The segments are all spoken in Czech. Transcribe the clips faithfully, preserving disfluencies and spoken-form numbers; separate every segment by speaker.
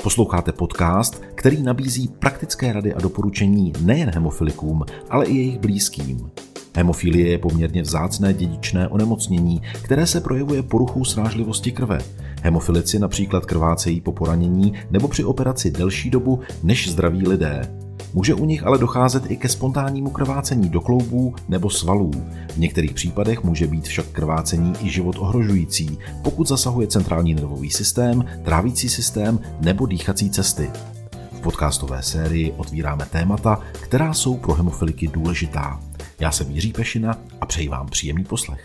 Speaker 1: Posloucháte podcast, který nabízí praktické rady a doporučení nejen hemofilikům, ale i jejich blízkým. Hemofilie je poměrně vzácné dědičné onemocnění, které se projevuje poruchou srážlivosti krve. Hemofilici například krvácejí po poranění nebo při operaci delší dobu než zdraví lidé. Může u nich ale docházet i ke spontánnímu krvácení do kloubů nebo svalů. V některých případech může být však krvácení i život ohrožující, pokud zasahuje centrální nervový systém, trávicí systém nebo dýchací cesty. V podcastové sérii otvíráme témata, která jsou pro hemofiliky důležitá. Já jsem Jiří Pešina a přeji vám příjemný poslech.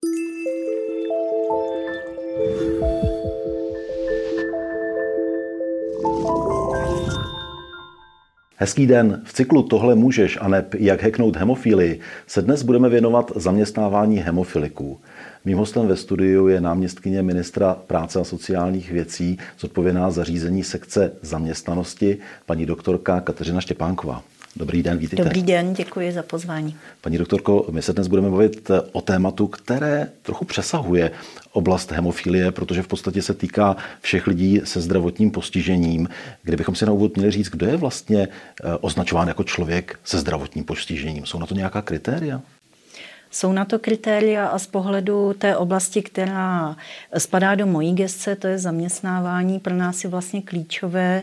Speaker 2: Hezký den. V cyklu Tohle můžeš a neb jak hacknout hemofilii se dnes budeme věnovat zaměstnávání hemofiliků. Mým hostem ve studiu je náměstkyně ministra práce a sociálních věcí, zodpovědná za řízení sekce zaměstnanosti, paní doktorka Kateřina Štěpánková. Dobrý den, vítejte.
Speaker 3: Dobrý den, děkuji za pozvání.
Speaker 2: Paní doktorko, my se dnes budeme mluvit o tématu, které trochu přesahuje oblast hemofilie, protože v podstatě se týká všech lidí se zdravotním postižením. Kdybychom si na úvod měli říct, kdo je vlastně označován jako člověk se zdravotním postižením? Jsou na to nějaká kritéria?
Speaker 3: Jsou na to kritéria a z pohledu té oblasti, která spadá do mojí gesce, to je zaměstnávání, pro nás je vlastně klíčové,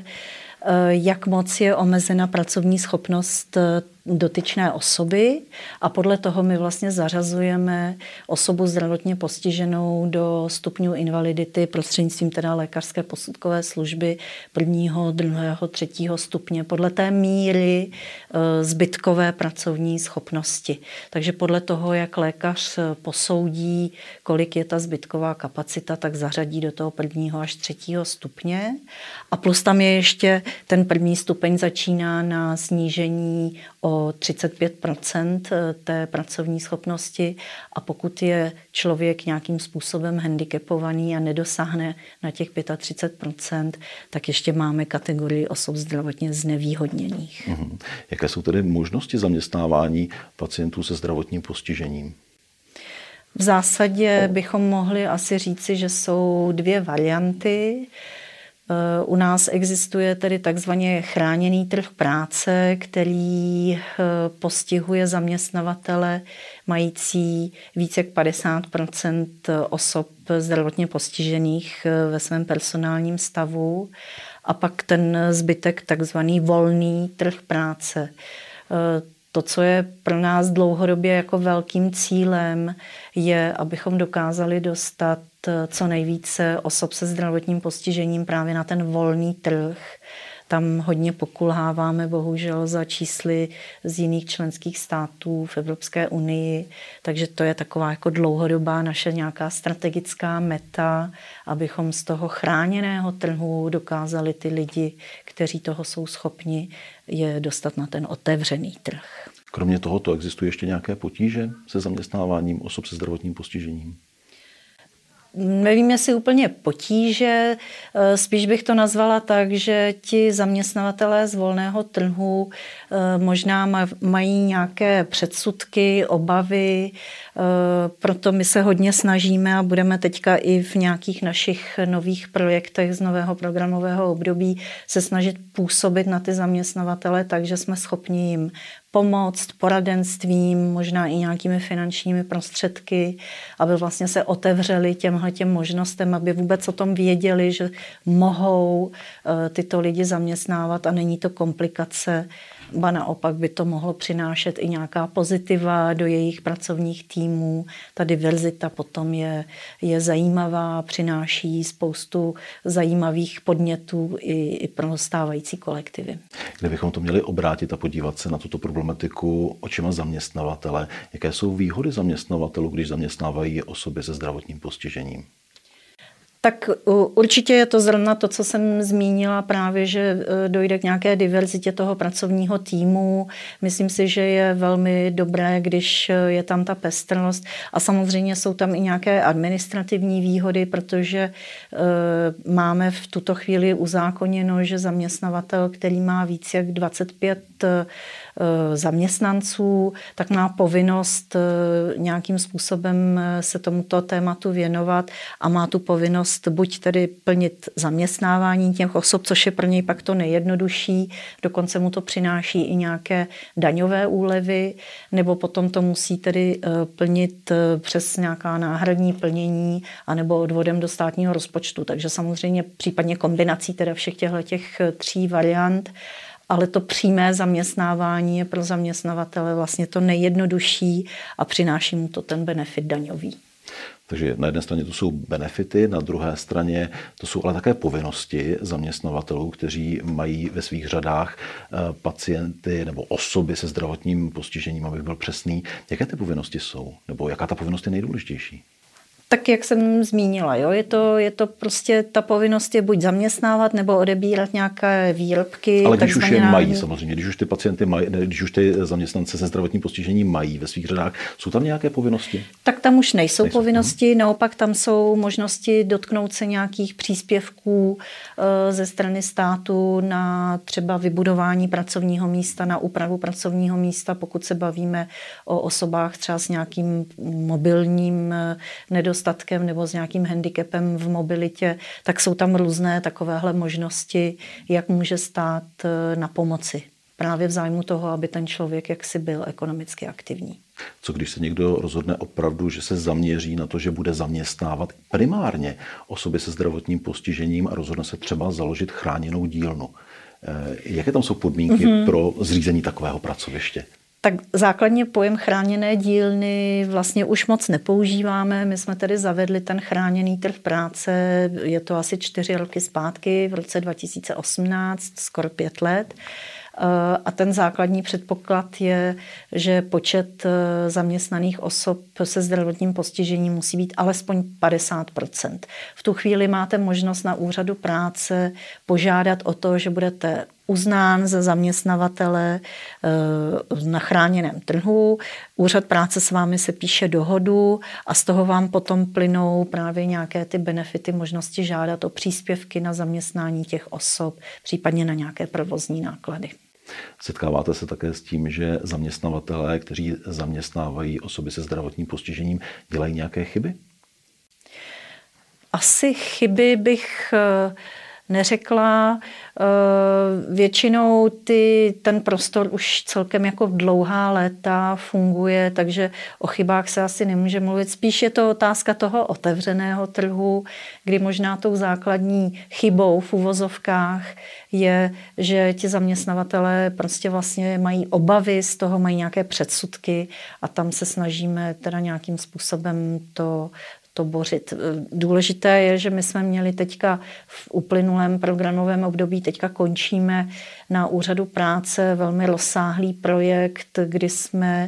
Speaker 3: jak moc je omezena pracovní schopnost dotyčné osoby a podle toho my vlastně zařazujeme osobu zdravotně postiženou do stupňů invalidity prostřednictvím teda lékařské posudkové služby prvního, druhého, třetího stupně podle té míry zbytkové pracovní schopnosti. Takže podle toho, jak lékař posoudí, kolik je ta zbytková kapacita, tak zařadí do toho prvního až třetího stupně. A plus tam je ještě ten první stupeň začíná na snížení o třicet pět procent té pracovní schopnosti a pokud je člověk nějakým způsobem handicapovaný a nedosáhne na těch třicet pět procent, tak ještě máme kategorii osob zdravotně znevýhodněných.
Speaker 2: Uhum. Jaké jsou tedy možnosti zaměstnávání pacientů se zdravotním postižením?
Speaker 3: V zásadě bychom mohli asi říci, že jsou dvě varianty. U nás existuje tedy takzvaně chráněný trh práce, který postihuje zaměstnavatele mající více jak padesát procent osob zdravotně postižených ve svém personálním stavu a pak ten zbytek takzvaný volný trh práce. To, co je pro nás dlouhodobě jako velkým cílem, je, abychom dokázali dostat co nejvíce osob se zdravotním postižením právě na ten volný trh. Tam hodně pokulháváme bohužel za čísly z jiných členských států v Evropské unii, takže to je taková jako dlouhodobá naše nějaká strategická meta, abychom z toho chráněného trhu dokázali ty lidi, kteří toho jsou schopni, je dostat na ten otevřený trh.
Speaker 2: Kromě tohoto existují ještě nějaké potíže se zaměstnáváním osob se zdravotním postižením?
Speaker 3: Nevím, jestli úplně potíže, spíš bych to nazvala tak, že ti zaměstnavatelé z volného trhu možná mají nějaké předsudky, obavy, proto my se hodně snažíme a budeme teďka i v nějakých našich nových projektech z nového programového období se snažit působit na ty zaměstnavatele tak, že jsme schopni jim pomoct poradenstvím, možná i nějakými finančními prostředky, aby vlastně se otevřeli těmhletěm možnostem, aby vůbec o tom věděli, že mohou tyto lidi zaměstnávat a není to komplikace, ba naopak by to mohlo přinášet i nějaká pozitiva do jejich pracovních týmů. Ta diverzita potom je, je zajímavá, přináší spoustu zajímavých podnětů i, i pro stávající kolektivy.
Speaker 2: Kdybychom to měli obrátit a podívat se na tuto problematiku očima zaměstnavatele, jaké jsou výhody zaměstnavatelů, když zaměstnávají osoby se zdravotním postižením?
Speaker 3: Tak určitě je to zrovna to, co jsem zmínila právě, že dojde k nějaké diverzitě toho pracovního týmu. Myslím si, že je velmi dobré, když je tam ta pestrost a samozřejmě jsou tam i nějaké administrativní výhody, protože máme v tuto chvíli uzákoněno, že zaměstnavatel, který má víc jak dvacet pět zaměstnanců, tak má povinnost nějakým způsobem se tomuto tématu věnovat a má tu povinnost buď tedy plnit zaměstnávání těch osob, což je pro něj pak to nejjednodušší, dokonce mu to přináší i nějaké daňové úlevy, nebo potom to musí tedy plnit přes nějaká náhradní plnění anebo odvodem do státního rozpočtu. Takže samozřejmě případně kombinací teda všech těch tří variant, ale to přímé zaměstnávání je pro zaměstnavatele vlastně to nejjednodušší a přináší mu to ten benefit daňový.
Speaker 2: Takže na jedné straně to jsou benefity, na druhé straně to jsou ale také povinnosti zaměstnavatelů, kteří mají ve svých řadách pacienty nebo osoby se zdravotním postižením, abych byl přesný. Jaké ty povinnosti jsou? Nebo jaká ta povinnost je nejdůležitější?
Speaker 3: Tak jak jsem zmínila, jo, je to, je to prostě ta povinnost je buď zaměstnávat nebo odebírat nějaké výrobky.
Speaker 2: Ale když už je mají samozřejmě, když už ty pacienty mají, když už ty zaměstnance se zdravotním postižením mají ve svých řadách, jsou tam nějaké povinnosti?
Speaker 3: Tak tam už nejsou, nejsou. povinnosti, hmm. naopak tam jsou možnosti dotknout se nějakých příspěvků ze strany státu na třeba vybudování pracovního místa, na úpravu pracovního místa, pokud se bavíme o osobách třeba s nějakým mobilním nedostatkem nebo s nějakým handicapem v mobilitě, tak jsou tam různé takovéhle možnosti, jak může stát na pomoci. Právě v zájmu toho, aby ten člověk jaksi byl ekonomicky aktivní.
Speaker 2: Co když se někdo rozhodne opravdu, že se zaměří na to, že bude zaměstnávat primárně osoby se zdravotním postižením a rozhodne se třeba založit chráněnou dílnu? Jaké tam jsou podmínky mm-hmm. pro zřízení takového pracoviště?
Speaker 3: Tak základně pojem chráněné dílny vlastně už moc nepoužíváme. My jsme tedy zavedli ten chráněný trh práce, je to asi čtyři roky zpátky, v roce dva tisíce osmnáct, skoro pět let. A ten základní předpoklad je, že počet zaměstnaných osob se zdravotním postižením musí být alespoň padesát procent. V tu chvíli máte možnost na úřadu práce požádat o to, že budete uznán za zaměstnavatele na chráněném trhu. Úřad práce s vámi se píše dohodu a z toho vám potom plynou právě nějaké ty benefity, možnosti žádat o příspěvky na zaměstnání těch osob, případně na nějaké provozní náklady.
Speaker 2: Setkáváte se také s tím, že zaměstnavatelé, kteří zaměstnávají osoby se zdravotním postižením, dělají nějaké chyby?
Speaker 3: Asi chyby bych neřekla. Většinou ty, ten prostor už celkem jako dlouhá léta funguje, takže o chybách se asi nemůže mluvit. Spíš je to otázka toho otevřeného trhu, kdy možná tou základní chybou v uvozovkách je, že ti zaměstnavatelé prostě vlastně mají obavy z toho, mají nějaké předsudky a tam se snažíme teda nějakým způsobem to to bořit. Důležité je, že my jsme měli teďka v uplynulém programovém období, teďka končíme na úřadu práce velmi rozsáhlý projekt, kdy jsme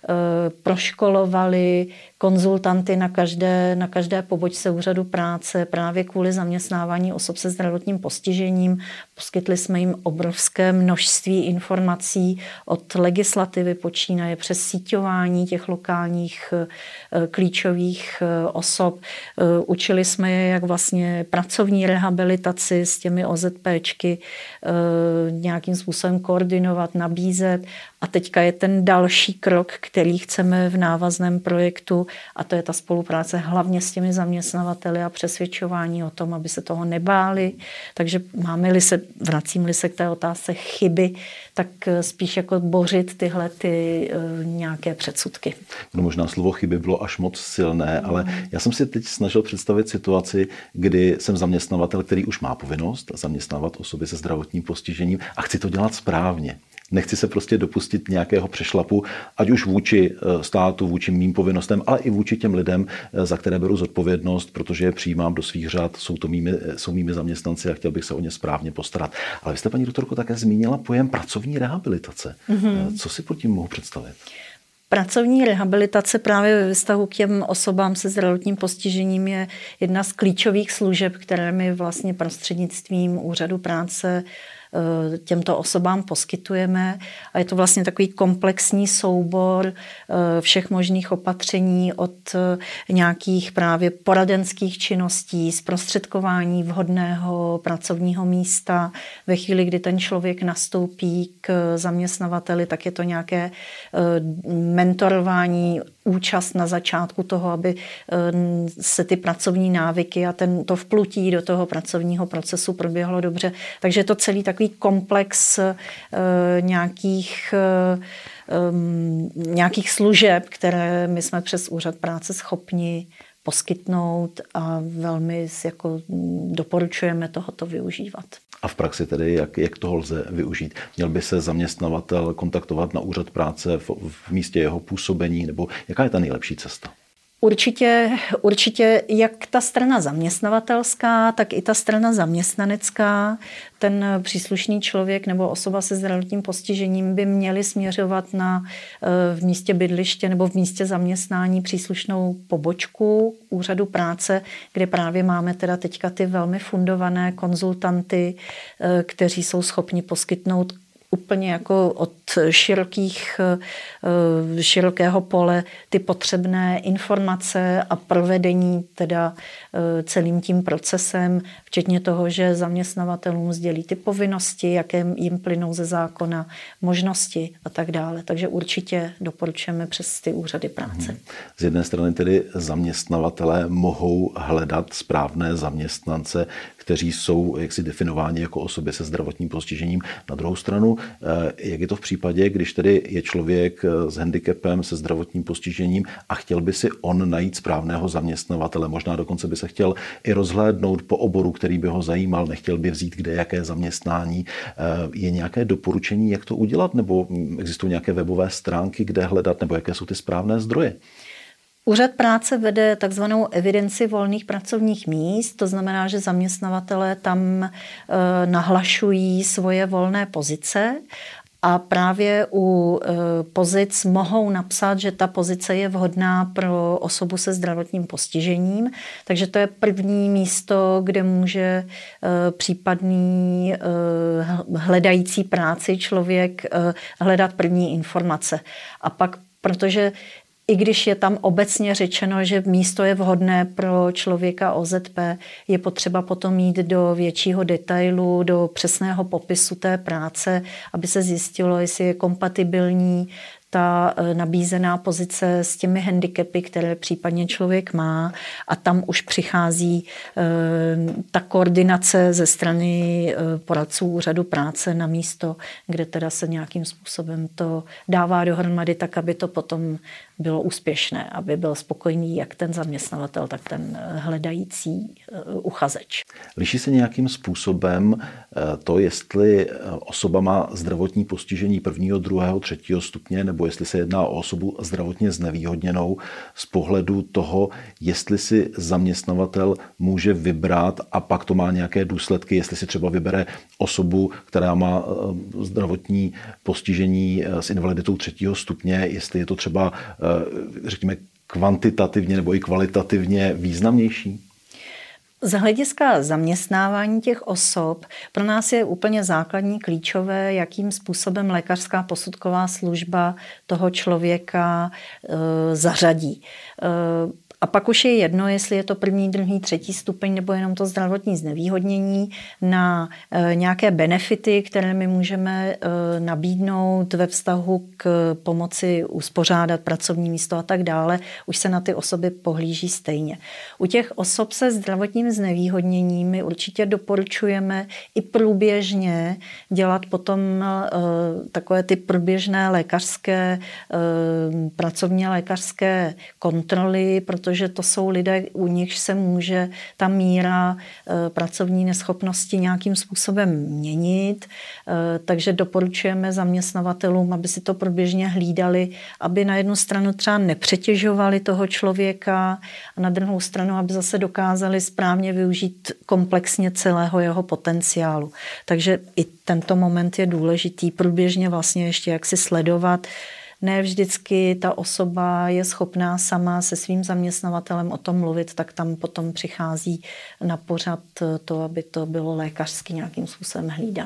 Speaker 3: proškolovali konzultanty na každé, na každé pobočce úřadu práce právě kvůli zaměstnávání osob se zdravotním postižením. Poskytli jsme jim obrovské množství informací od legislativy počínaje přes síťování těch lokálních klíčových osob. Učili jsme je, jak vlastně pracovní rehabilitaci s těmi OZPčky nějakým způsobem koordinovat, nabízet. A teďka je ten další krok, který chceme v návazném projektu, a to je ta spolupráce hlavně s těmi zaměstnavateli a přesvědčování o tom, aby se toho nebáli. Takže máme-li se, vracím-li se k té otázce chyby, tak spíš jako bořit tyhle ty uh, nějaké předsudky.
Speaker 2: No možná slovo chyby bylo až moc silné, ale já jsem si teď snažil představit situaci, kdy jsem zaměstnavatel, který už má povinnost zaměstnávat osoby se zdravotním postižením a chci to dělat správně. Nechci se prostě dopustit nějakého přešlapu, ať už vůči státu, vůči mým povinnostem, ale i vůči těm lidem, za které beru zodpovědnost, protože je přijímám do svých řad, jsou to mými, jsou mými zaměstnanci a chtěl bych se o ně správně postarat. Ale vy jste, paní doktorko, také zmínila pojem pracovní rehabilitace. Mm-hmm. Co si pod tím mohu představit?
Speaker 3: Pracovní rehabilitace právě ve vztahu k těm osobám se zdravotním postižením je jedna z klíčových služeb, které my vlastně prostřednictvím úřadu práce těmto osobám poskytujeme. A je to vlastně takový komplexní soubor všech možných opatření od nějakých právě poradenských činností, zprostředkování vhodného pracovního místa. Ve chvíli, kdy ten člověk nastoupí k zaměstnavateli, tak je to nějaké mentorování, účast na začátku toho, aby se ty pracovní návyky a ten, to vplutí do toho pracovního procesu proběhlo dobře. Takže je to celý takový komplex nějakých, nějakých služeb, které my jsme přes Úřad práce schopni poskytnout a velmi jako doporučujeme tohoto využívat.
Speaker 2: A v praxi tedy, jak, jak toho lze využít? Měl by se zaměstnavatel kontaktovat na Úřad práce v, v místě jeho působení, nebo jaká je ta nejlepší cesta?
Speaker 3: Určitě, určitě jak ta strana zaměstnavatelská, tak i ta strana zaměstnanecká, ten příslušný člověk nebo osoba se zdravotním postižením by měli směřovat na v místě bydliště nebo v místě zaměstnání příslušnou pobočku Úřadu práce, kde právě máme teda teďka ty velmi fundované konzultanty, kteří jsou schopni poskytnout úplně jako od širokých, širokého pole ty potřebné informace a provedení teda celým tím procesem, včetně toho, že zaměstnavatelům sdělí ty povinnosti, jaké jim plynou ze zákona, možnosti a tak dále. Takže určitě doporučujeme přes ty úřady práce.
Speaker 2: Z jedné strany tedy zaměstnavatelé mohou hledat správné zaměstnance, kteří jsou jaksi definováni jako osoby se zdravotním postižením. Na druhou stranu, jak je to v případě, když tedy je člověk s handicapem, se zdravotním postižením a chtěl by si on najít správného zaměstnavatele, možná dokonce by se chtěl i rozhlédnout po oboru, který by ho zajímal, nechtěl by vzít kde jaké zaměstnání. Je nějaké doporučení, jak to udělat, nebo existují nějaké webové stránky, kde hledat, nebo jaké jsou ty správné zdroje?
Speaker 3: Úřad práce vede takzvanou evidenci volných pracovních míst, to znamená, že zaměstnavatelé tam nahlašují svoje volné pozice a právě u pozic mohou napsat, že ta pozice je vhodná pro osobu se zdravotním postižením, takže to je první místo, kde může případný hledající práci člověk hledat první informace. A pak, protože i když je tam obecně řečeno, že místo je vhodné pro člověka O Z P, je potřeba potom jít do většího detailu, do přesného popisu té práce, aby se zjistilo, jestli je kompatibilní ta nabízená pozice s těmi handicapy, které případně člověk má, a tam už přichází ta koordinace ze strany poradců Úřadu práce na místo, kde teda se nějakým způsobem to dává dohromady tak, aby to potom bylo úspěšné, aby byl spokojený jak ten zaměstnavatel, tak ten hledající uchazeč.
Speaker 2: Liší se nějakým způsobem to, jestli osoba má zdravotní postižení prvního, druhého, třetího stupně, nebo jestli se jedná o osobu zdravotně znevýhodněnou z pohledu toho, jestli si zaměstnavatel může vybrat a pak to má nějaké důsledky, jestli si třeba vybere osobu, která má zdravotní postižení s invaliditou třetího stupně, jestli je to třeba, řekněme, kvantitativně nebo i kvalitativně významnější?
Speaker 3: Z hlediska zaměstnávání těch osob pro nás je úplně základní klíčové, jakým způsobem lékařská posudková služba toho člověka e, zařadí. E, A pak už je jedno, jestli je to první, druhý, třetí stupeň nebo jenom to zdravotní znevýhodnění na e, nějaké benefity, které my můžeme e, nabídnout ve vztahu k pomoci uspořádat pracovní místo a tak dále. Už se na ty osoby pohlíží stejně. U těch osob se zdravotním znevýhodněním my určitě doporučujeme i průběžně dělat potom e, takové ty průběžné lékařské, e, pracovně lékařské kontroly, protože protože to jsou lidé, u nichž se může ta míra pracovní neschopnosti nějakým způsobem měnit. Takže doporučujeme zaměstnavatelům, aby si to průběžně hlídali, aby na jednu stranu třeba nepřetěžovali toho člověka a na druhou stranu, aby zase dokázali správně využít komplexně celého jeho potenciálu. Takže i tento moment je důležitý průběžně vlastně ještě jak si sledovat. Ne vždycky ta osoba je schopná sama se svým zaměstnavatelem o tom mluvit, tak tam potom přichází na pořad to, aby to bylo lékařsky nějakým způsobem hlídané.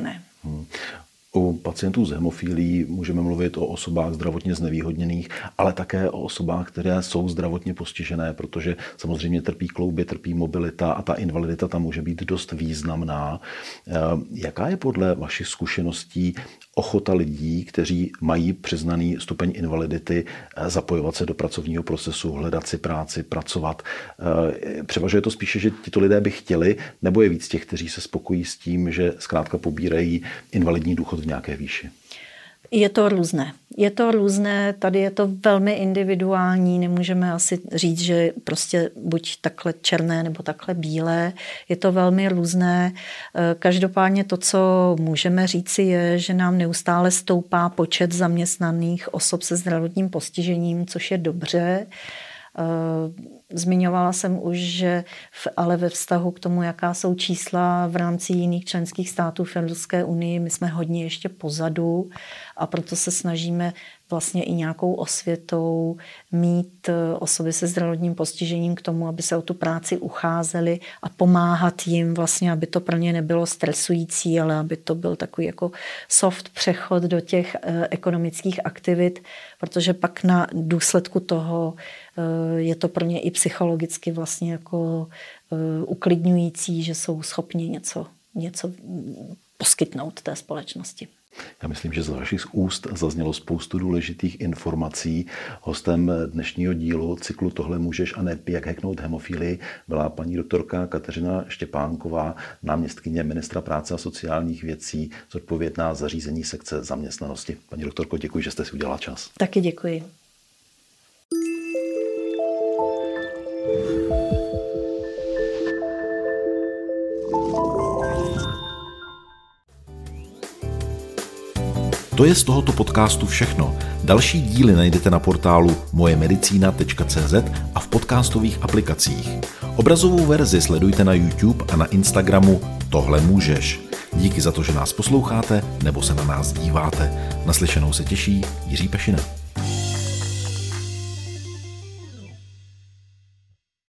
Speaker 2: Hmm. U pacientů s hemofilií můžeme mluvit o osobách zdravotně znevýhodněných, ale také o osobách, které jsou zdravotně postižené, protože samozřejmě trpí klouby, trpí mobilita a ta invalidita tam může být dost významná. Jaká je podle vašich zkušeností ochota lidí, kteří mají přiznaný stupeň invalidity, zapojovat se do pracovního procesu, hledat si práci, pracovat? Převažuje to spíše, že tito lidé by chtěli, nebo je víc těch, kteří se spokojí s tím, že zkrátka pobírají invalidní důchod v nějaké výši?
Speaker 3: Je to různé. Je to různé, tady je to velmi individuální, nemůžeme asi říct, že prostě buď takhle černé nebo takhle bílé, je to velmi různé. Každopádně to, co můžeme říci, je, že nám neustále stoupá počet zaměstnaných osob se zdravotním postižením, což je dobře. Zmiňovala jsem už, že v, ale ve vztahu k tomu, jaká jsou čísla v rámci jiných členských států v Evropské unii, my jsme hodně ještě pozadu a proto se snažíme vlastně i nějakou osvětou mít osoby se zdravotním postižením k tomu, aby se o tu práci ucházeli a pomáhat jim vlastně, aby to pro ně nebylo stresující, ale aby to byl takový jako soft přechod do těch ekonomických aktivit, protože pak na důsledku toho je to pro ně i psychologicky vlastně jako uklidňující, že jsou schopni něco, něco poskytnout té společnosti.
Speaker 2: Já myslím, že z vašich úst zaznělo spoustu důležitých informací. Hostem dnešního dílu cyklu Tohle můžeš a ne jak hacknout hemofilii byla paní doktorka Kateřina Štěpánková, náměstkyně ministra práce a sociálních věcí, zodpovědná za řízení sekce zaměstnanosti. Paní doktorko, děkuji, že jste si udělala čas.
Speaker 3: Taky děkuji.
Speaker 1: To je z tohoto podcastu všechno. Další díly najdete na portálu moje medicína tečka cé zet a v podcastových aplikacích. Obrazovou verzi sledujte na YouTube a na Instagramu Tohle můžeš. Díky za to, že nás posloucháte nebo se na nás díváte. Naslyšenou se těší Jiří Pešina.